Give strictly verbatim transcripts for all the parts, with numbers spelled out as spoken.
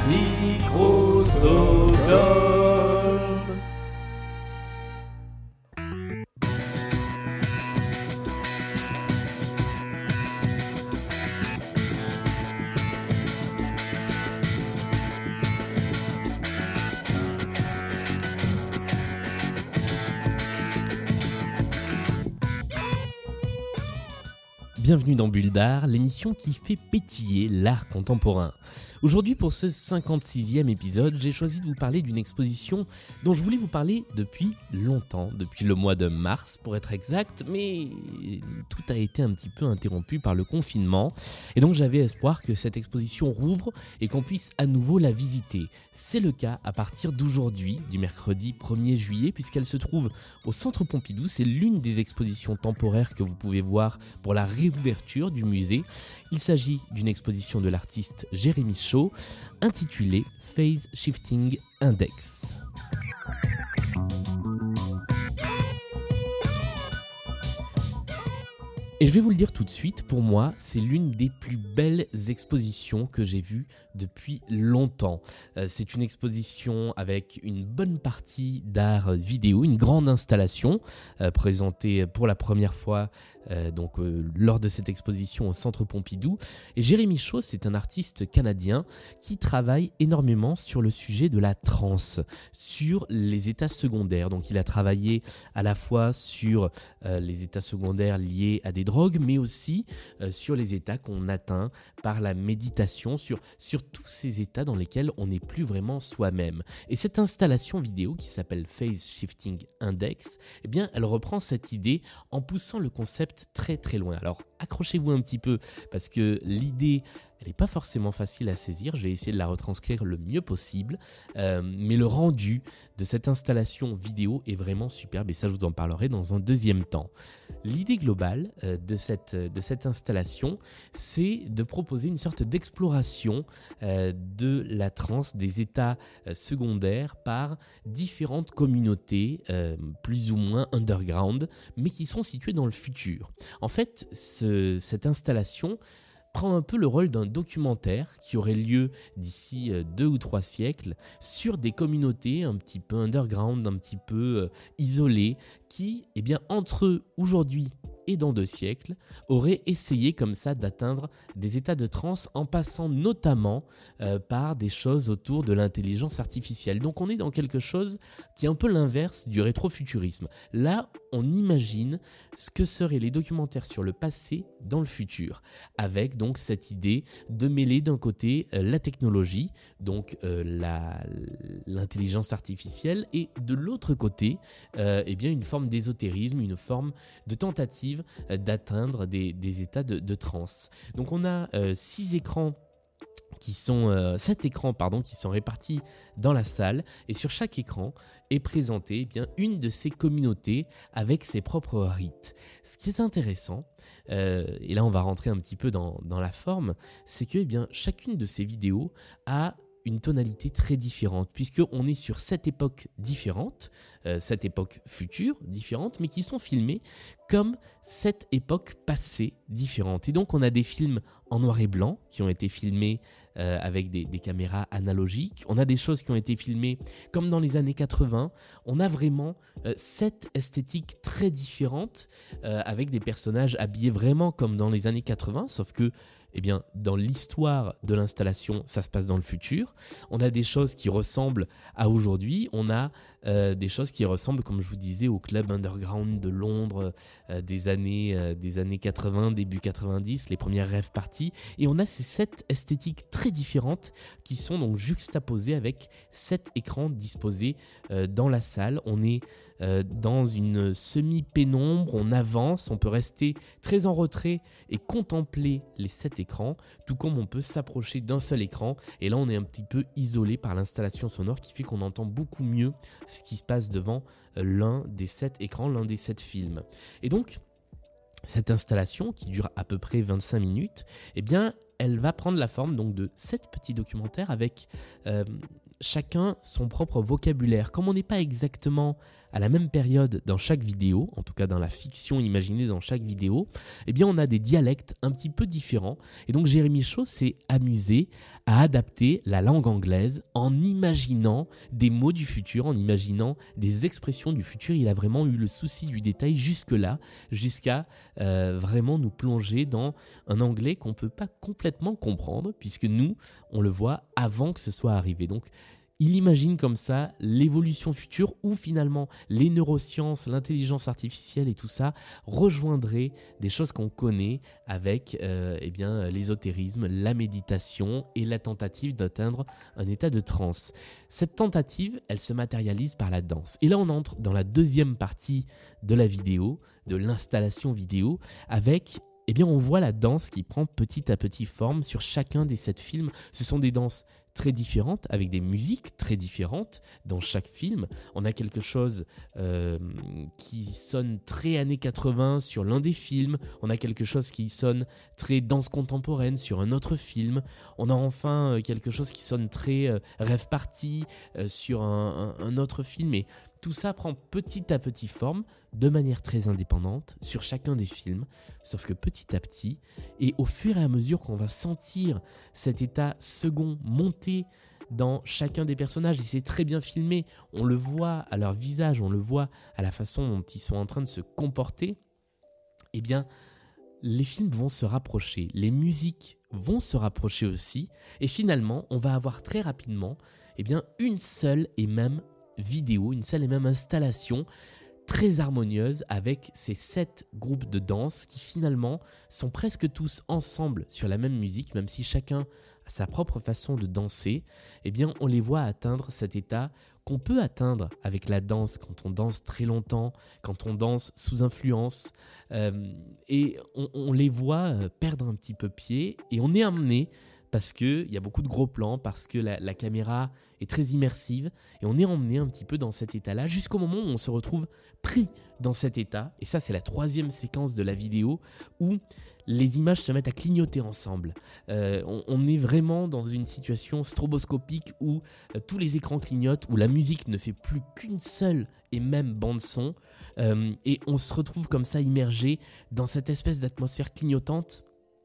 Micro-Stockholm. Bienvenue dans Bulle d'Art, l'émission qui fait pétiller l'art contemporain. Aujourd'hui, pour ce cinquante-sixième épisode, j'ai choisi de vous parler d'une exposition dont je voulais vous parler depuis longtemps, depuis le mois de mars pour être exact, mais tout a été un petit peu interrompu par le confinement, et donc j'avais espoir que cette exposition rouvre et qu'on puisse à nouveau la visiter. C'est le cas à partir d'aujourd'hui, du mercredi premier juillet, puisqu'elle se trouve au Centre Pompidou. C'est l'une des expositions temporaires que vous pouvez voir pour la réouverture du musée. Il s'agit d'une exposition de l'artiste Jérémy Chaud, intitulée Phase Shifting Index. Et je vais vous le dire tout de suite, pour moi, c'est l'une des plus belles expositions que j'ai vues depuis longtemps. Euh, c'est une exposition avec une bonne partie d'art vidéo, une grande installation euh, présentée pour la première fois euh, donc, euh, lors de cette exposition au Centre Pompidou. Et Jérémy Chaud, c'est un artiste canadien qui travaille énormément sur le sujet de la transe, sur les états secondaires. Donc il a travaillé à la fois sur euh, les états secondaires liés à des drogue, mais aussi euh, sur les états qu'on atteint par la méditation, sur, sur tous ces états dans lesquels on n'est plus vraiment soi-même. Et cette installation vidéo qui s'appelle Phase Shifting Index, eh bien, elle reprend cette idée en poussant le concept très très loin. Alors, accrochez-vous un petit peu parce que l'idée, elle n'est pas forcément facile à saisir. Je vais essayer de la retranscrire le mieux possible, euh, mais le rendu de cette installation vidéo est vraiment superbe et ça, je vous en parlerai dans un deuxième temps. L'idée globale euh, de, cette, de cette installation, c'est de proposer une sorte d'exploration euh, de la transe, des états euh, secondaires par différentes communautés euh, plus ou moins underground, mais qui sont situées dans le futur. En fait, ce, cette installation prend un peu le rôle d'un documentaire qui aurait lieu d'ici deux ou trois siècles sur des communautés un petit peu underground, un petit peu euh, isolées, qui, eh bien, entre aujourd'hui et dans deux siècles, auraient essayé comme ça d'atteindre des états de transe en passant notamment euh, par des choses autour de l'intelligence artificielle. Donc on est dans quelque chose qui est un peu l'inverse du rétrofuturisme. Là, on imagine ce que seraient les documentaires sur le passé dans le futur, avec donc cette idée de mêler d'un côté euh, la technologie, donc euh, la, l'intelligence artificielle, et de l'autre côté, euh, eh bien une forme d'ésotérisme, une forme de tentative euh, d'atteindre des, des états de, de transe. Donc on a euh, six écrans qui sont euh, sept écrans pardon qui sont répartis dans la salle, et sur chaque écran est présentée eh bien une de ces communautés avec ses propres rites. Ce qui est intéressant, euh, et là on va rentrer un petit peu dans, dans la forme, c'est que eh bien chacune de ces vidéos a une tonalité très différente, puisqu'on est sur sept époques différentes, euh, sept époques futures différentes, mais qui sont filmées comme sept époques passées différentes. Et donc on a des films en noir et blanc qui ont été filmés euh, avec des, des caméras analogiques, on a des choses qui ont été filmées comme dans les années quatre-vingts, on a vraiment euh, sept esthétiques très différentes, euh, avec des personnages habillés vraiment comme dans les années quatre-vingts, sauf que eh bien, dans l'histoire de l'installation, ça se passe dans le futur. On a des choses qui ressemblent à aujourd'hui. On a euh, des choses qui ressemblent, comme je vous disais, au club underground de Londres euh, des, années, euh, des années quatre-vingts, début quatre-vingt-dix, les premières rave parties. Et on a ces sept esthétiques très différentes qui sont donc juxtaposées avec sept écrans disposés euh, dans la salle. On est euh, dans une semi-pénombre, on avance, on peut rester très en retrait et contempler les sept écrans, tout comme on peut s'approcher d'un seul écran, et là on est un petit peu isolé par l'installation sonore qui fait qu'on entend beaucoup mieux ce qui se passe devant l'un des sept écrans, l'un des sept films. Et donc cette installation qui dure à peu près vingt-cinq minutes, eh bien elle va prendre la forme donc de sept petits documentaires avec euh, chacun son propre vocabulaire. Comme on n'est pas exactement à la même période dans chaque vidéo, en tout cas dans la fiction imaginée dans chaque vidéo, eh bien on a des dialectes un petit peu différents. Et donc Jérémy Chaud s'est amusé à adapter la langue anglaise en imaginant des mots du futur, en imaginant des expressions du futur. Il a vraiment eu le souci du détail jusque-là, jusqu'à euh, vraiment nous plonger dans un anglais qu'on ne peut pas complètement comprendre, puisque nous, on le voit avant que ce soit arrivé. Donc, il imagine comme ça l'évolution future où finalement les neurosciences, l'intelligence artificielle et tout ça rejoindraient des choses qu'on connaît avec euh, eh bien, l'ésotérisme, la méditation et la tentative d'atteindre un état de transe. Cette tentative, elle se matérialise par la danse. Et là, on entre dans la deuxième partie de la vidéo, de l'installation vidéo, avec... Eh bien, on voit la danse qui prend petit à petit forme sur chacun des sept films. Ce sont des danses très différentes, avec des musiques très différentes dans chaque film. On a quelque chose euh, qui sonne très années quatre-vingts sur l'un des films. On a quelque chose qui sonne très danse contemporaine sur un autre film. On a enfin quelque chose qui sonne très euh, rave party euh, sur un, un, un autre film. Et tout ça prend petit à petit forme, de manière très indépendante, sur chacun des films, sauf que petit à petit, et au fur et à mesure qu'on va sentir cet état second monter dans chacun des personnages, et c'est très bien filmé, on le voit à leur visage, on le voit à la façon dont ils sont en train de se comporter, eh bien, les films vont se rapprocher, les musiques vont se rapprocher aussi, et finalement, on va avoir très rapidement, eh bien, une seule et même vidéo, une seule et même installation très harmonieuse avec ces sept groupes de danse qui finalement sont presque tous ensemble sur la même musique, même si chacun a sa propre façon de danser. Eh bien, on les voit atteindre cet état qu'on peut atteindre avec la danse quand on danse très longtemps, quand on danse sous influence, euh, et on, on les voit perdre un petit peu pied, et on est amené parce qu'il y a beaucoup de gros plans, parce que la, la caméra est très immersive, et on est emmené un petit peu dans cet état-là, jusqu'au moment où on se retrouve pris dans cet état, et ça c'est la troisième séquence de la vidéo, où les images se mettent à clignoter ensemble. Euh, on, on est vraiment dans une situation stroboscopique où euh, tous les écrans clignotent, où la musique ne fait plus qu'une seule et même bande-son, euh, et on se retrouve comme ça immergé dans cette espèce d'atmosphère clignotante.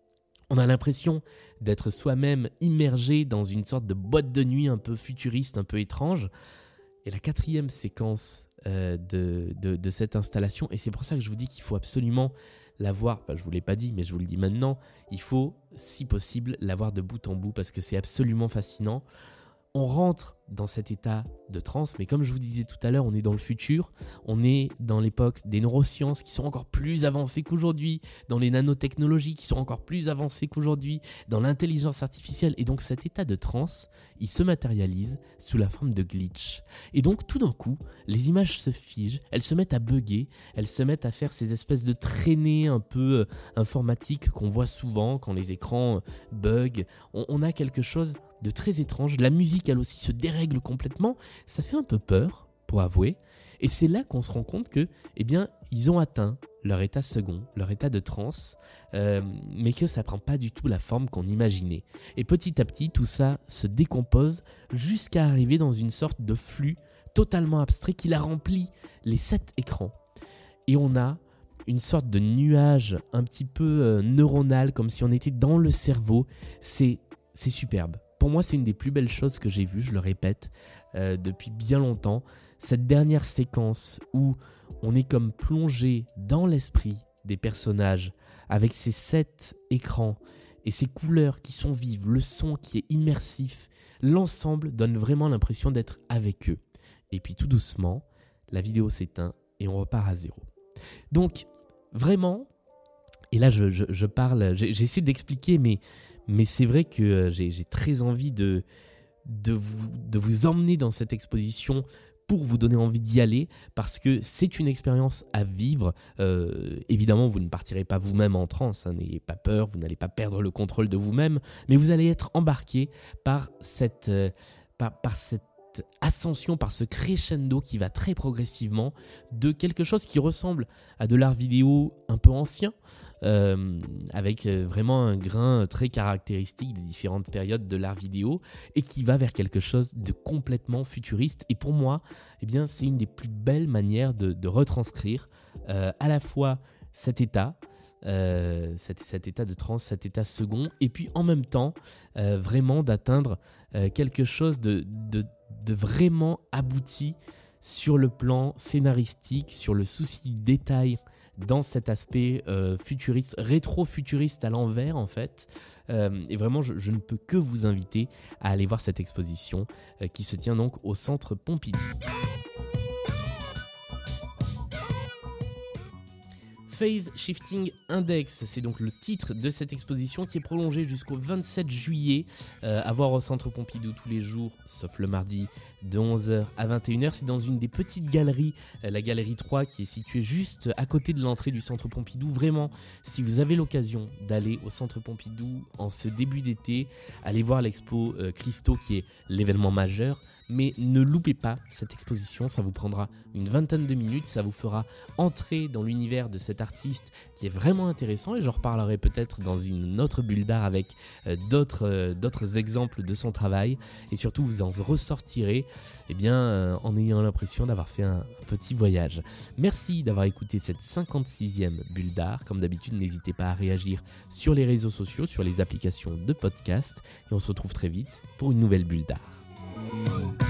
On a l'impression d'être soi-même immergé dans une sorte de boîte de nuit un peu futuriste, un peu étrange. Et la quatrième séquence euh, de, de, de cette installation, et c'est pour ça que je vous dis qu'il faut absolument la voir, enfin, je ne vous l'ai pas dit, mais je vous le dis maintenant, il faut, si possible, la voir de bout en bout, parce que c'est absolument fascinant. On rentre dans cet état de transe, mais comme je vous disais tout à l'heure, on est dans le futur, on est dans l'époque des neurosciences qui sont encore plus avancées qu'aujourd'hui, dans les nanotechnologies qui sont encore plus avancées qu'aujourd'hui, dans l'intelligence artificielle, et donc cet état de transe, il se matérialise sous la forme de glitch. Et donc tout d'un coup, les images se figent, elles se mettent à bugger, elles se mettent à faire ces espèces de traînées un peu euh, informatiques qu'on voit souvent quand les écrans euh, bug. On, on a quelque chose de très étrange. La musique, elle aussi, se dérègle complètement. Ça fait un peu peur, pour avouer. Et c'est là qu'on se rend compte que, eh bien, ils ont atteint leur état second, leur état de transe, euh, mais que ça ne prend pas du tout la forme qu'on imaginait. Et petit à petit, tout ça se décompose jusqu'à arriver dans une sorte de flux totalement abstrait qui la remplit les sept écrans. Et on a une sorte de nuage un petit peu euh, neuronal, comme si on était dans le cerveau. C'est, c'est superbe. Pour moi, c'est une des plus belles choses que j'ai vues, je le répète, euh, depuis bien longtemps. Cette dernière séquence où on est comme plongé dans l'esprit des personnages, avec ces sept écrans et ces couleurs qui sont vives, le son qui est immersif, l'ensemble donne vraiment l'impression d'être avec eux. Et puis tout doucement, la vidéo s'éteint et on repart à zéro. Donc, vraiment, et là je, je, je parle, j'essaie d'expliquer, mais... Mais c'est vrai que j'ai, j'ai très envie de, de, vous, de vous emmener dans cette exposition pour vous donner envie d'y aller, parce que c'est une expérience à vivre. Euh, évidemment, vous ne partirez pas vous-même en transe, hein, n'ayez pas peur, vous n'allez pas perdre le contrôle de vous-même, mais vous allez être embarqué par cette, euh, par, par cette cette ascension, par ce crescendo qui va très progressivement de quelque chose qui ressemble à de l'art vidéo un peu ancien, euh, avec vraiment un grain très caractéristique des différentes périodes de l'art vidéo, et qui va vers quelque chose de complètement futuriste. Et pour moi, eh bien, c'est une des plus belles manières de, de retranscrire euh, à la fois cet état, Euh, cet, cet état de transe, cet état second, et puis en même temps euh, vraiment d'atteindre euh, quelque chose de, de, de vraiment abouti sur le plan scénaristique, sur le souci du détail dans cet aspect euh, futuriste, rétro-futuriste à l'envers en fait. Euh, et vraiment je, je ne peux que vous inviter à aller voir cette exposition euh, qui se tient donc au Centre Pompidou. Phase Shifting Index, c'est donc le titre de cette exposition qui est prolongée jusqu'au vingt-sept juillet, euh, à voir au Centre Pompidou tous les jours, sauf le mardi, de onze heures à vingt et une heures. C'est dans une des petites galeries, euh, la galerie trois, qui est située juste à côté de l'entrée du Centre Pompidou. Vraiment, si vous avez l'occasion d'aller au Centre Pompidou en ce début d'été, allez voir l'expo euh, Christo, qui est l'événement majeur. Mais ne loupez pas cette exposition, ça vous prendra une vingtaine de minutes, ça vous fera entrer dans l'univers de cet artiste qui est vraiment intéressant, et j'en reparlerai peut-être dans une autre bulle d'art avec euh, d'autres, euh, d'autres exemples de son travail, et surtout vous en ressortirez eh bien, euh, en ayant l'impression d'avoir fait un, un petit voyage. Merci d'avoir écouté cette cinquante-sixième bulle d'art. Comme d'habitude, n'hésitez pas à réagir sur les réseaux sociaux, sur les applications de podcast, et on se retrouve très vite pour une nouvelle bulle d'art.